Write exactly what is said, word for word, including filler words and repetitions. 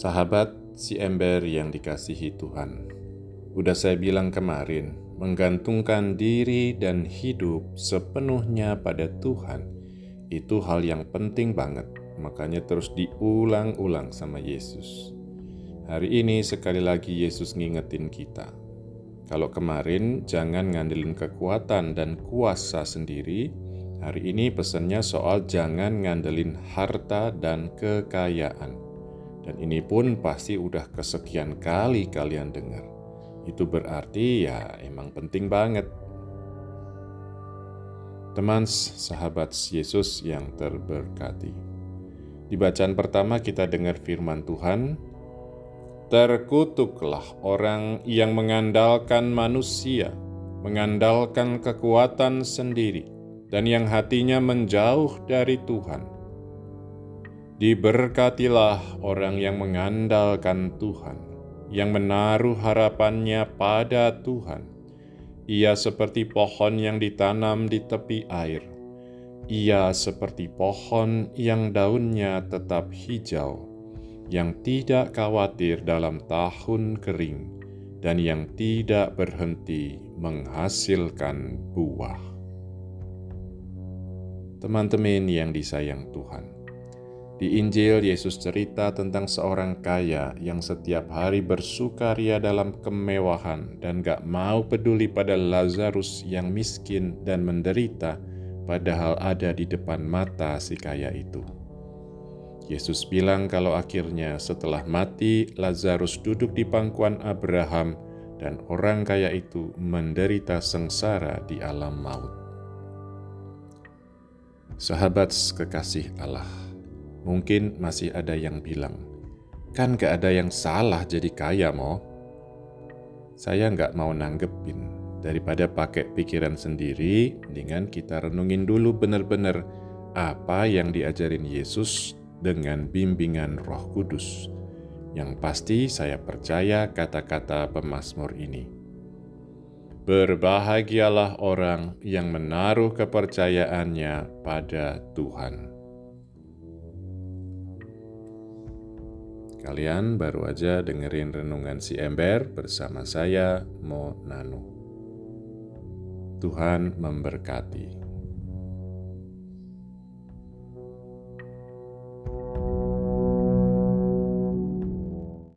Sahabat si ember yang dikasihi Tuhan, udah saya bilang kemarin, menggantungkan diri dan hidup sepenuhnya pada Tuhan, itu hal yang penting banget, makanya terus diulang-ulang sama Yesus. Hari ini sekali lagi Yesus ngingetin kita, kalau kemarin jangan ngandelin kekuatan dan kuasa sendiri, hari ini pesannya soal jangan ngandelin harta dan kekayaan. Dan ini pun pasti udah kesekian kali kalian dengar. Itu berarti ya emang penting banget. Teman sahabat Yesus yang terberkati. Di bacaan pertama kita dengar firman Tuhan, terkutuklah orang yang mengandalkan manusia, mengandalkan kekuatan sendiri, dan yang hatinya menjauh dari Tuhan. Diberkatilah orang yang mengandalkan Tuhan, yang menaruh harapannya pada Tuhan. Ia seperti pohon yang ditanam di tepi air. Ia seperti pohon yang daunnya tetap hijau, yang tidak khawatir dalam tahun kering, dan yang tidak berhenti menghasilkan buah. Teman-teman yang disayang Tuhan, di Injil, Yesus cerita tentang seorang kaya yang setiap hari bersukaria dalam kemewahan dan gak mau peduli pada Lazarus yang miskin dan menderita, padahal ada di depan mata si kaya itu. Yesus bilang kalau akhirnya setelah mati, Lazarus duduk di pangkuan Abraham dan orang kaya itu menderita sengsara di alam maut. Sahabat kekasih Allah, mungkin masih ada yang bilang, kan gak ada yang salah jadi kaya mo. Saya gak mau nanggepin, daripada pakai pikiran sendiri, mendingan kita renungin dulu benar-benar apa yang diajarin Yesus dengan bimbingan Roh Kudus. Yang pasti saya percaya kata-kata pemazmur ini. Berbahagialah orang yang menaruh kepercayaannya pada Tuhan. Kalian baru aja dengerin Renungan Si Ember bersama saya, Mo Nano. Tuhan memberkati.